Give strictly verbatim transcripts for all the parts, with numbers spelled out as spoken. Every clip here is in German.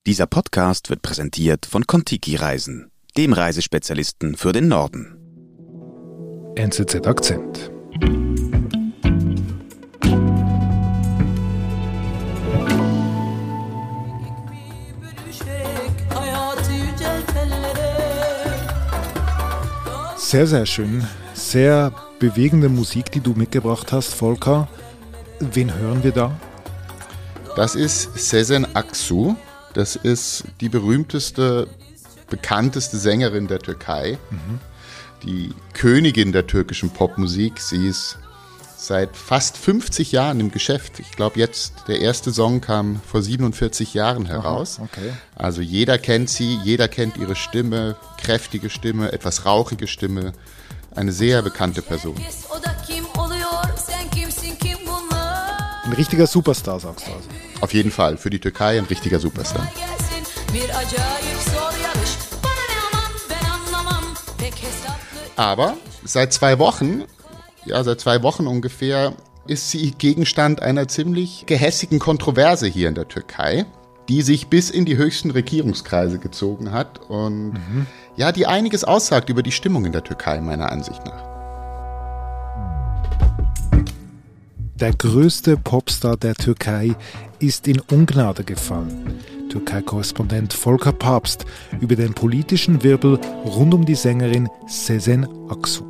Dieser Podcast wird präsentiert von Kontiki Reisen, dem Reisespezialisten für den Norden. N Z Z Akzent. Sehr, sehr schön. Sehr bewegende Musik, die du mitgebracht hast, Volker. Wen hören wir da? Das ist Sezen Aksu. Das ist die berühmteste, bekannteste Sängerin der Türkei. Mhm. Die Königin der türkischen Popmusik. Sie ist seit fast fünfzig Jahren im Geschäft. Ich glaube jetzt, der erste Song kam vor siebenundvierzig Jahren heraus. Aha, okay. Also jeder kennt sie, jeder kennt ihre Stimme, kräftige Stimme, etwas rauchige Stimme. Eine sehr bekannte Person. Ein richtiger Superstar, sagst du also. Auf jeden Fall, für die Türkei ein richtiger Superstar. Aber seit zwei Wochen, ja seit zwei Wochen ungefähr, ist sie Gegenstand einer ziemlich gehässigen Kontroverse hier in der Türkei, die sich bis in die höchsten Regierungskreise gezogen hat und mhm. ja, die einiges aussagt über die Stimmung in der Türkei, meiner Ansicht nach. Der größte Popstar der Türkei ist in Ungnade gefallen. Türkei-Korrespondent Volker Papst über den politischen Wirbel rund um die Sängerin Sezen Aksu.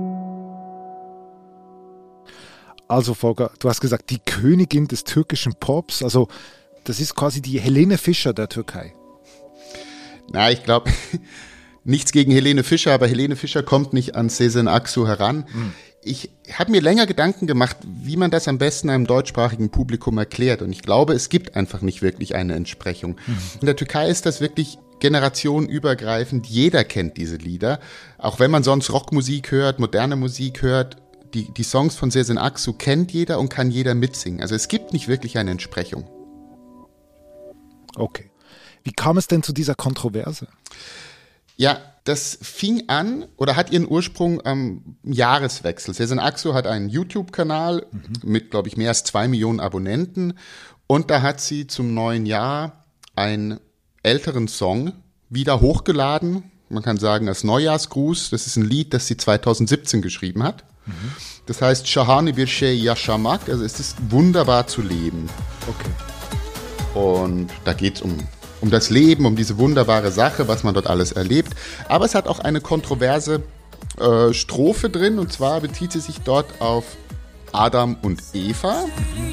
Also Volker, du hast gesagt, die Königin des türkischen Pops, also das ist quasi die Helene Fischer der Türkei. Na, ich glaube, nichts gegen Helene Fischer, aber Helene Fischer kommt nicht an Sezen Aksu heran. Hm. Ich habe mir länger Gedanken gemacht, wie man das am besten einem deutschsprachigen Publikum erklärt. Und ich glaube, es gibt einfach nicht wirklich eine Entsprechung. Mhm. In der Türkei ist das wirklich generationenübergreifend. Jeder kennt diese Lieder. Auch wenn man sonst Rockmusik hört, moderne Musik hört, die, die Songs von Sezen Aksu kennt jeder und kann jeder mitsingen. Also es gibt nicht wirklich eine Entsprechung. Okay. Wie kam es denn zu dieser Kontroverse? Ja, das fing an oder hat ihren Ursprung am Jahreswechsel. Sezen Aksu hat einen YouTube-Kanal mhm. mit, glaube ich, mehr als zwei Millionen Abonnenten. Und da hat sie zum neuen Jahr einen älteren Song wieder hochgeladen. Man kann sagen, als Neujahrsgruß. Das ist ein Lied, das sie zweitausendsiebzehn geschrieben hat. Mhm. Das heißt, Şahane bir şey yaşamak. Also es ist wunderbar zu leben. Okay. Und da geht es um... um das Leben, um diese wunderbare Sache, was man dort alles erlebt. Aber es hat auch eine kontroverse äh, Strophe drin, und zwar bezieht sie sich dort auf Adam und Eva.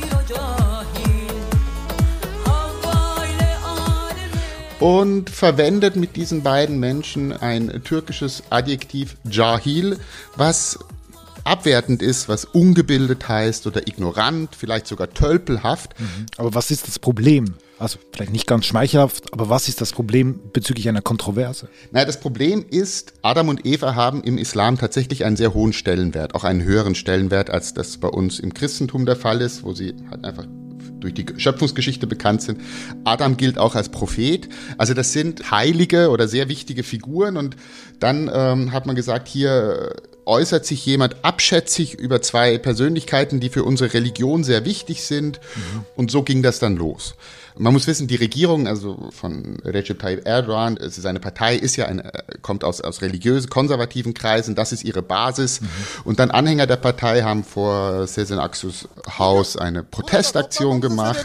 Und verwendet mit diesen beiden Menschen ein türkisches Adjektiv Cahil, was abwertend ist, was ungebildet heißt oder ignorant, vielleicht sogar tölpelhaft. Aber was ist das Problem? Also vielleicht nicht ganz schmeichelhaft, aber was ist das Problem bezüglich einer Kontroverse? Naja, das Problem ist, Adam und Eva haben im Islam tatsächlich einen sehr hohen Stellenwert, auch einen höheren Stellenwert, als das bei uns im Christentum der Fall ist, wo sie halt einfach durch die Schöpfungsgeschichte bekannt sind. Adam gilt auch als Prophet. Also das sind heilige oder sehr wichtige Figuren. Und dann ähm, hat man gesagt, hier äußert sich jemand abschätzig über zwei Persönlichkeiten, die für unsere Religion sehr wichtig sind. Mhm. Und so ging das dann los. Man muss wissen, die Regierung, also von Recep Tayyip Erdogan, seine Partei ist ja eine, kommt aus, aus religiös konservativen Kreisen, das ist ihre Basis. Mhm. Und dann Anhänger der Partei haben vor Sezen Aksus Haus eine Protestaktion gemacht.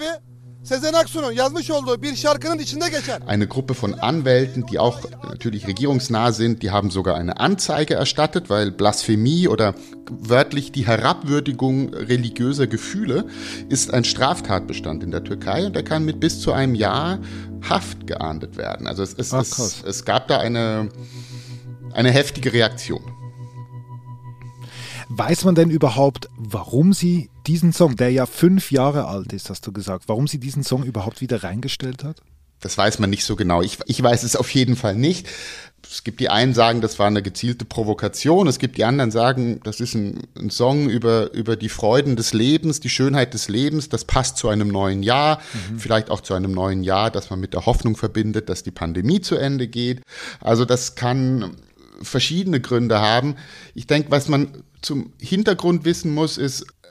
Eine Gruppe von Anwälten, die auch natürlich regierungsnah sind, die haben sogar eine Anzeige erstattet, weil Blasphemie oder wörtlich die Herabwürdigung religiöser Gefühle ist ein Straftatbestand in der Türkei und der kann mit bis zu einem Jahr Haft geahndet werden. Also es, es, Ach, es, es gab da eine, eine heftige Reaktion. Weiß man denn überhaupt, warum sie diesen Song, der ja fünf Jahre alt ist, hast du gesagt, warum sie diesen Song überhaupt wieder reingestellt hat? Das weiß man nicht so genau. Ich, ich weiß es auf jeden Fall nicht. Es gibt die einen, sagen, das war eine gezielte Provokation. Es gibt die anderen, sagen, das ist ein, ein Song über, über die Freuden des Lebens, die Schönheit des Lebens. Das passt zu einem neuen Jahr, mhm. vielleicht auch zu einem neuen Jahr, das man mit der Hoffnung verbindet, dass die Pandemie zu Ende geht. Also das kann verschiedene Gründe haben. Ich denke, was man zum Hintergrund wissen muss, ist,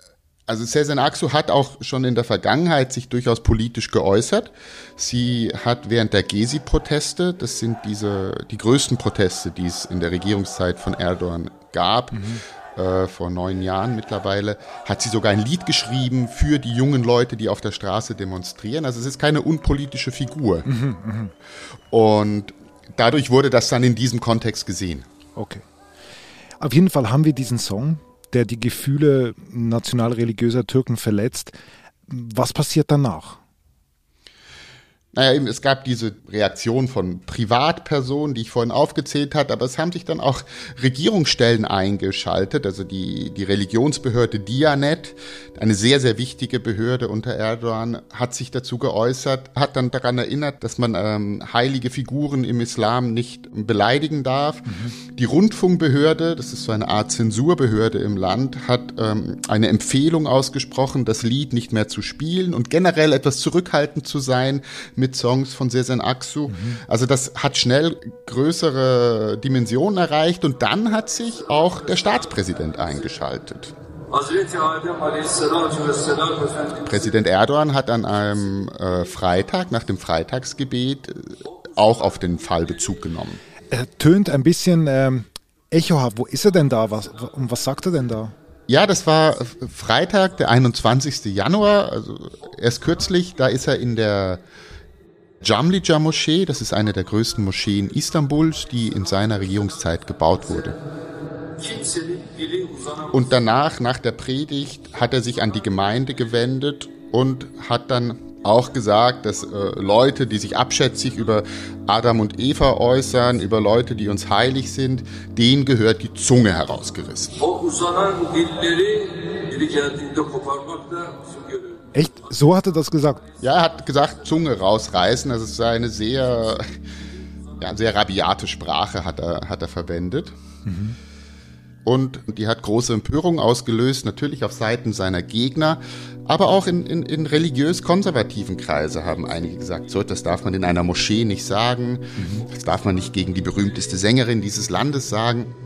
Also Sezen Aksu hat auch schon in der Vergangenheit sich durchaus politisch geäußert. Sie hat während der Gezi-Proteste, das sind diese die größten Proteste, die es in der Regierungszeit von Erdogan gab, mhm. äh, vor neun Jahren mittlerweile, hat sie sogar ein Lied geschrieben für die jungen Leute, die auf der Straße demonstrieren. Also es ist keine unpolitische Figur. Mhm, mh. Und dadurch wurde das dann in diesem Kontext gesehen. Okay. Auf jeden Fall haben wir diesen Song, der die Gefühle national-religiöser Türken verletzt. Was passiert danach? Naja, eben, es gab diese Reaktion von Privatpersonen, die ich vorhin aufgezählt habe, aber es haben sich dann auch Regierungsstellen eingeschaltet, also die, die Religionsbehörde Diyanet, eine sehr, sehr wichtige Behörde unter Erdogan, hat sich dazu geäußert, hat dann daran erinnert, dass man ähm, heilige Figuren im Islam nicht beleidigen darf. Mhm. Die Rundfunkbehörde, das ist so eine Art Zensurbehörde im Land, hat ähm, eine Empfehlung ausgesprochen, das Lied nicht mehr zu spielen und generell etwas zurückhaltend zu sein mit Songs von Sezen Aksu. Mhm. Also das hat schnell größere Dimensionen erreicht und dann hat sich auch der Staatspräsident eingeschaltet. Präsident Erdogan hat an einem äh, Freitag, nach dem Freitagsgebet, äh, auch auf den Fall Bezug genommen. Er tönt ein bisschen ähm, echohaft. Wo ist er denn da? Was, um was sagt er denn da? Ja, das war Freitag, der einundzwanzigsten Januar, also erst kürzlich. Da ist er in der Jamlica Moschee, das ist eine der größten Moscheen Istanbuls, die in seiner Regierungszeit gebaut wurde. Und danach, nach der Predigt, hat er sich an die Gemeinde gewendet und hat dann auch gesagt, dass äh, Leute, die sich abschätzig über Adam und Eva äußern, über Leute, die uns heilig sind, denen gehört die Zunge herausgerissen. Echt? So hat er das gesagt? Ja, er hat gesagt, Zunge rausreißen. Also es sei eine sehr, ja, sehr rabiate Sprache hat er, hat er verwendet. Mhm. Und die hat große Empörung ausgelöst, natürlich auf Seiten seiner Gegner, aber auch in, in, in religiös-konservativen Kreise haben einige gesagt, so, das darf man in einer Moschee nicht sagen, mhm. das darf man nicht gegen die berühmteste Sängerin dieses Landes sagen.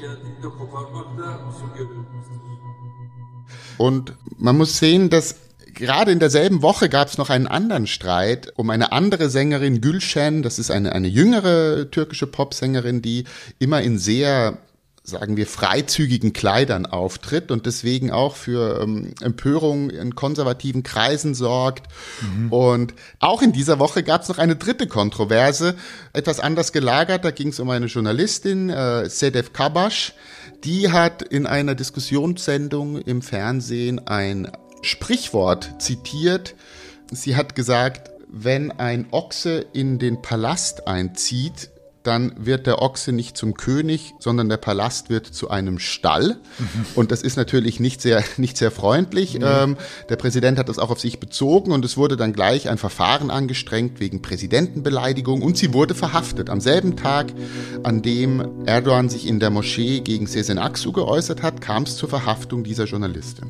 Und man muss sehen, dass gerade in derselben Woche gab es noch einen anderen Streit um eine andere Sängerin, Gülşen, das ist eine, eine jüngere türkische Popsängerin, die immer in sehr, sagen wir, freizügigen Kleidern auftritt und deswegen auch für ähm, Empörung in konservativen Kreisen sorgt. Mhm. Und auch in dieser Woche gab es noch eine dritte Kontroverse, etwas anders gelagert. Da ging es um eine Journalistin, äh, Sedef Kabaş. Die hat in einer Diskussionssendung im Fernsehen ein Sprichwort zitiert. Sie hat gesagt, wenn ein Ochse in den Palast einzieht, dann wird der Ochse nicht zum König, sondern der Palast wird zu einem Stall. Mhm. Und das ist natürlich nicht sehr, nicht sehr freundlich. Mhm. Ähm, der Präsident hat das auch auf sich bezogen und es wurde dann gleich ein Verfahren angestrengt wegen Präsidentenbeleidigung und sie wurde verhaftet. Am selben Tag, an dem Erdogan sich in der Moschee gegen Sezen Aksu geäußert hat, kam es zur Verhaftung dieser Journalistin.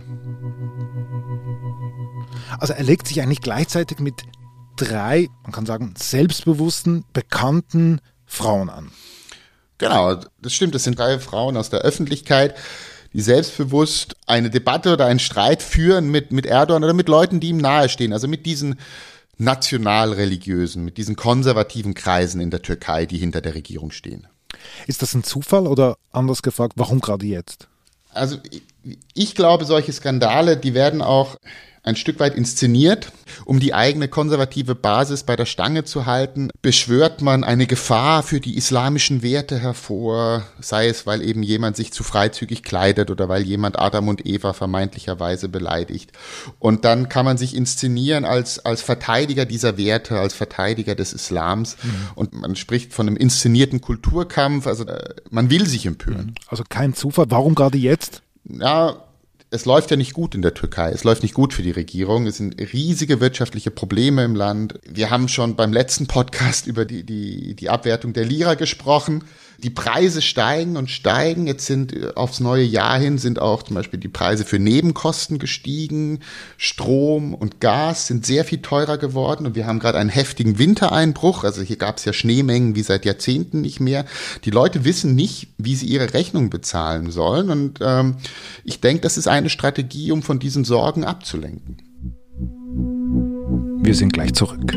Also er legt sich eigentlich gleichzeitig mit drei, man kann sagen, selbstbewussten, bekannten Frauen an. Genau, das stimmt. Das sind drei Frauen aus der Öffentlichkeit, die selbstbewusst eine Debatte oder einen Streit führen mit, mit Erdogan oder mit Leuten, die ihm nahestehen. Also mit diesen nationalreligiösen, mit diesen konservativen Kreisen in der Türkei, die hinter der Regierung stehen. Ist das ein Zufall oder anders gefragt, warum gerade jetzt? Also ich, ich glaube, solche Skandale, die werden auch ein Stück weit inszeniert, um die eigene konservative Basis bei der Stange zu halten, beschwört man eine Gefahr für die islamischen Werte hervor, sei es, weil eben jemand sich zu freizügig kleidet oder weil jemand Adam und Eva vermeintlicherweise beleidigt. Und dann kann man sich inszenieren als, als Verteidiger dieser Werte, als Verteidiger des Islams. Mhm. Und man spricht von einem inszenierten Kulturkampf, also äh, man will sich empören. Also kein Zufall. Warum gerade jetzt? Ja, es läuft ja nicht gut in der Türkei. Es läuft nicht gut für die Regierung. Es sind riesige wirtschaftliche Probleme im Land. Wir haben schon beim letzten Podcast über die, die, die Abwertung der Lira gesprochen. Die Preise steigen und steigen. Jetzt sind aufs neue Jahr hin sind auch zum Beispiel die Preise für Nebenkosten gestiegen. Strom und Gas sind sehr viel teurer geworden und wir haben gerade einen heftigen Wintereinbruch. Also hier gab es ja Schneemengen wie seit Jahrzehnten nicht mehr. Die Leute wissen nicht, wie sie ihre Rechnung bezahlen sollen und ähm, ich denke, das ist eine Strategie, um von diesen Sorgen abzulenken. Wir sind gleich zurück.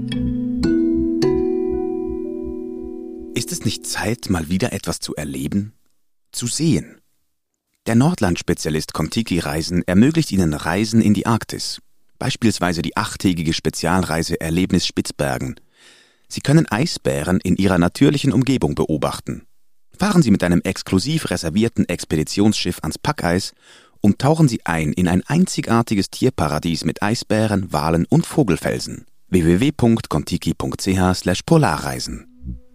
Ist es nicht Zeit, mal wieder etwas zu erleben? Zu sehen? Der Nordland-Spezialist Kon-Tiki Reisen ermöglicht Ihnen Reisen in die Arktis. Beispielsweise die achttägige Spezialreise Erlebnis Spitzbergen. Sie können Eisbären in ihrer natürlichen Umgebung beobachten. Fahren Sie mit einem exklusiv reservierten Expeditionsschiff ans Packeis und tauchen Sie ein in ein einzigartiges Tierparadies mit Eisbären, Walen und Vogelfelsen. w w w punkt kontiki punkt c h slash polarreisen.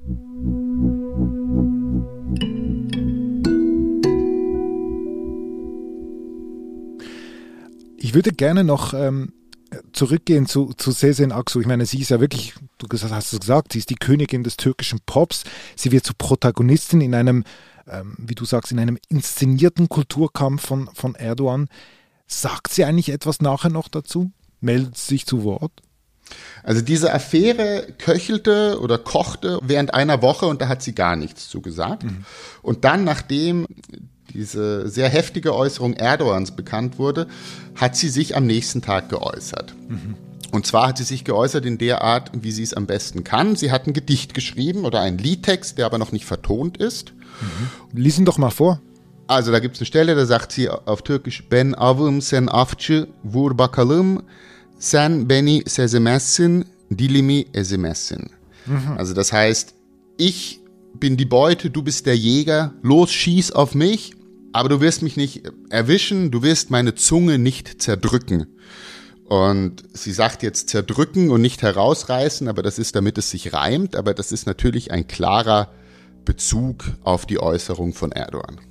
Ich würde gerne noch ähm, zurückgehen zu, zu Sezen Aksu. Ich meine, sie ist ja wirklich, du hast es gesagt, sie ist die Königin des türkischen Pops. Sie wird zur Protagonistin in einem, ähm, wie du sagst, in einem inszenierten Kulturkampf von, von Erdogan. Sagt sie eigentlich etwas nachher noch dazu? Meldet sie sich zu Wort? Also diese Affäre köchelte oder kochte während einer Woche und da hat sie gar nichts zu gesagt. Mhm. Und dann, nachdem diese sehr heftige Äußerung Erdogans bekannt wurde, hat sie sich am nächsten Tag geäußert. Mhm. Und zwar hat sie sich geäußert in der Art, wie sie es am besten kann. Sie hat ein Gedicht geschrieben oder einen Liedtext, der aber noch nicht vertont ist. Mhm. Lies ihn doch mal vor. Also da gibt es eine Stelle, da sagt sie auf Türkisch, Ben avım sen afçı vur bakalım, sen beni sezemezsin, dilimi ezemezsin. Mhm. Also das heißt, ich bin die Beute, du bist der Jäger, los, schieß auf mich, aber du wirst mich nicht erwischen, du wirst meine Zunge nicht zerdrücken. Und sie sagt jetzt zerdrücken und nicht herausreißen, aber das ist, damit es sich reimt, aber das ist natürlich ein klarer Bezug auf die Äußerung von Erdogan.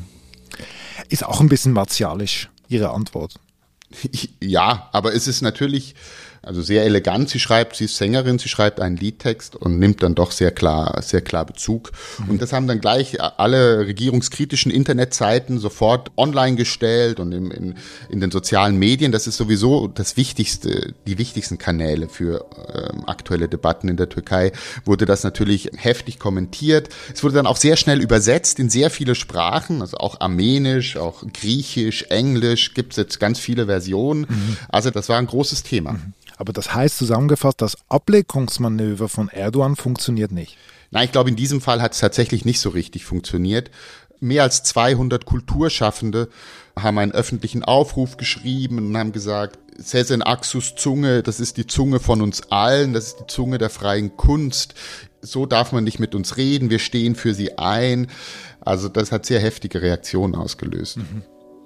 Ist auch ein bisschen martialisch, ihre Antwort. Ja, aber es ist natürlich also sehr elegant. Sie schreibt, sie ist Sängerin, sie schreibt einen Liedtext und nimmt dann doch sehr klar, sehr klar Bezug. Mhm. Und das haben dann gleich alle regierungskritischen Internetseiten sofort online gestellt und in, in, in den sozialen Medien. Das ist sowieso das Wichtigste, die wichtigsten Kanäle für ähm, aktuelle Debatten in der Türkei. Wurde das natürlich heftig kommentiert. Es wurde dann auch sehr schnell übersetzt in sehr viele Sprachen, also auch Armenisch, auch Griechisch, Englisch, gibt es jetzt ganz viele Versionen. Mhm. Also das war ein großes Thema. Mhm. Aber das heißt zusammengefasst, das Ablenkungsmanöver von Erdogan funktioniert nicht. Nein, ich glaube, in diesem Fall hat es tatsächlich nicht so richtig funktioniert. Mehr als zweihundert Kulturschaffende haben einen öffentlichen Aufruf geschrieben und haben gesagt, Sezen Aksus Zunge, das ist die Zunge von uns allen, das ist die Zunge der freien Kunst. So darf man nicht mit uns reden, wir stehen für sie ein. Also das hat sehr heftige Reaktionen ausgelöst. Mhm.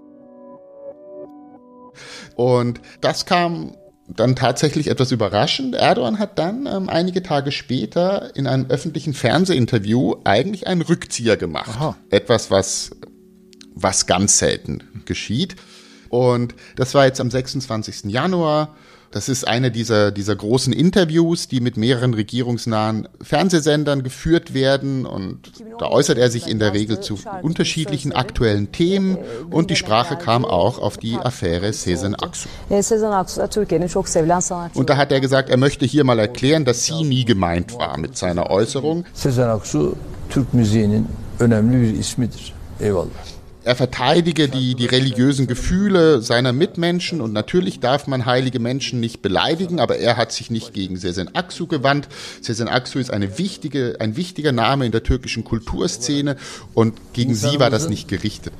Und das kam dann tatsächlich etwas überraschend. Erdogan hat dann ähm, einige Tage später in einem öffentlichen Fernsehinterview eigentlich einen Rückzieher gemacht. Aha. Etwas, was, was ganz selten geschieht. Und das war jetzt am sechsundzwanzigsten Januar. Das ist eine dieser, dieser großen Interviews, die mit mehreren regierungsnahen Fernsehsendern geführt werden. Und da äußert er sich in der Regel zu unterschiedlichen aktuellen Themen. Und die Sprache kam auch auf die Affäre Sezen Aksu. Und da hat er gesagt, er möchte hier mal erklären, dass sie nie gemeint war mit seiner Äußerung. Sezen Aksu, Türk müziğinin önemli bir ismidir. Eyvallah. Er verteidige die, die religiösen Gefühle seiner Mitmenschen und natürlich darf man heilige Menschen nicht beleidigen, aber er hat sich nicht gegen Sezen Aksu gewandt. Sezen Aksu ist eine wichtige, ein wichtiger Name in der türkischen Kulturszene und gegen sie war das nicht gerichtet.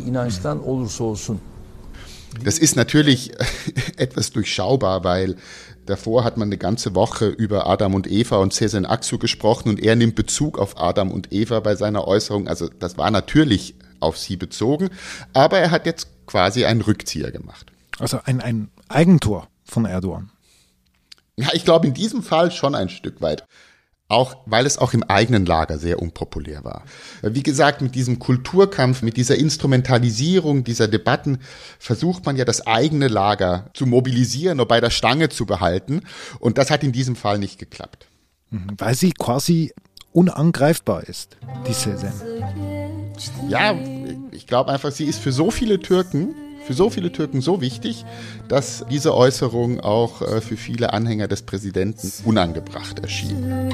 Das ist natürlich etwas durchschaubar, weil davor hat man eine ganze Woche über Adam und Eva und Sezen Aksu gesprochen und er nimmt Bezug auf Adam und Eva bei seiner Äußerung. Also das war natürlich auf sie bezogen, aber er hat jetzt quasi einen Rückzieher gemacht. Also ein, ein Eigentor von Erdogan. Ja, ich glaube in diesem Fall schon ein Stück weit. Auch, weil es auch im eigenen Lager sehr unpopulär war. Wie gesagt, mit diesem Kulturkampf, mit dieser Instrumentalisierung dieser Debatten versucht man ja das eigene Lager zu mobilisieren und bei der Stange zu behalten. Und das hat in diesem Fall nicht geklappt. Weil sie quasi unangreifbar ist, die Sezen. Ja, ich glaube einfach, sie ist für so viele Türken, für so viele Türken so wichtig, dass diese Äußerung auch äh, für viele Anhänger des Präsidenten unangebracht erschien.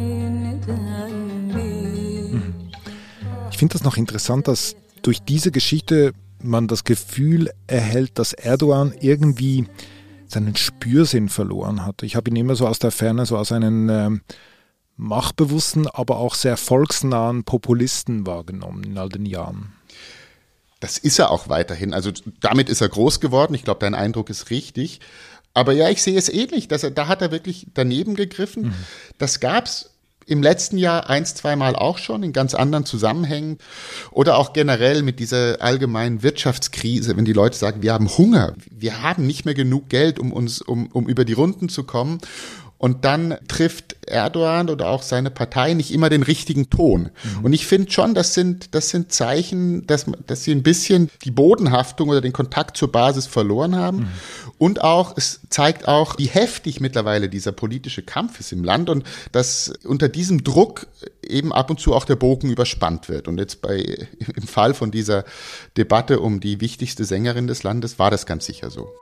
Ich finde das noch interessant, dass durch diese Geschichte man das Gefühl erhält, dass Erdogan irgendwie seinen Spürsinn verloren hat. Ich habe ihn immer so aus der Ferne, so als einen ähm, machtbewussten, aber auch sehr volksnahen Populisten wahrgenommen in all den Jahren. Das ist er auch weiterhin. Also damit ist er groß geworden. Ich glaube, dein Eindruck ist richtig. Aber ja, ich sehe es ähnlich. Dass er, da hat er wirklich daneben gegriffen. Mhm. Das gab es im letzten Jahr eins, zweimal auch schon in ganz anderen Zusammenhängen oder auch generell mit dieser allgemeinen Wirtschaftskrise, wenn die Leute sagen, wir haben Hunger, wir haben nicht mehr genug Geld, um uns, um, um über die Runden zu kommen. Und dann trifft Erdogan oder auch seine Partei nicht immer den richtigen Ton. Mhm. Und ich finde schon, das sind, das sind Zeichen, dass, dass sie ein bisschen die Bodenhaftung oder den Kontakt zur Basis verloren haben. Mhm. Und auch, es zeigt auch, wie heftig mittlerweile dieser politische Kampf ist im Land und dass unter diesem Druck eben ab und zu auch der Bogen überspannt wird. Und jetzt bei, im Fall von dieser Debatte um die wichtigste Sängerin des Landes war das ganz sicher so.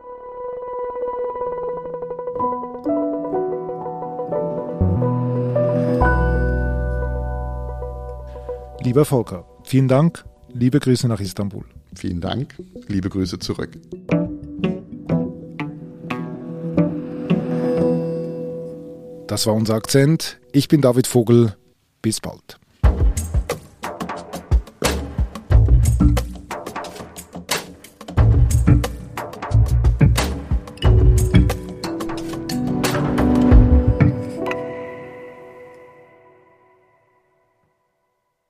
Lieber Volker, vielen Dank, liebe Grüße nach Istanbul. Vielen Dank, liebe Grüße zurück. Das war unser Akzent. Ich bin David Vogel. Bis bald.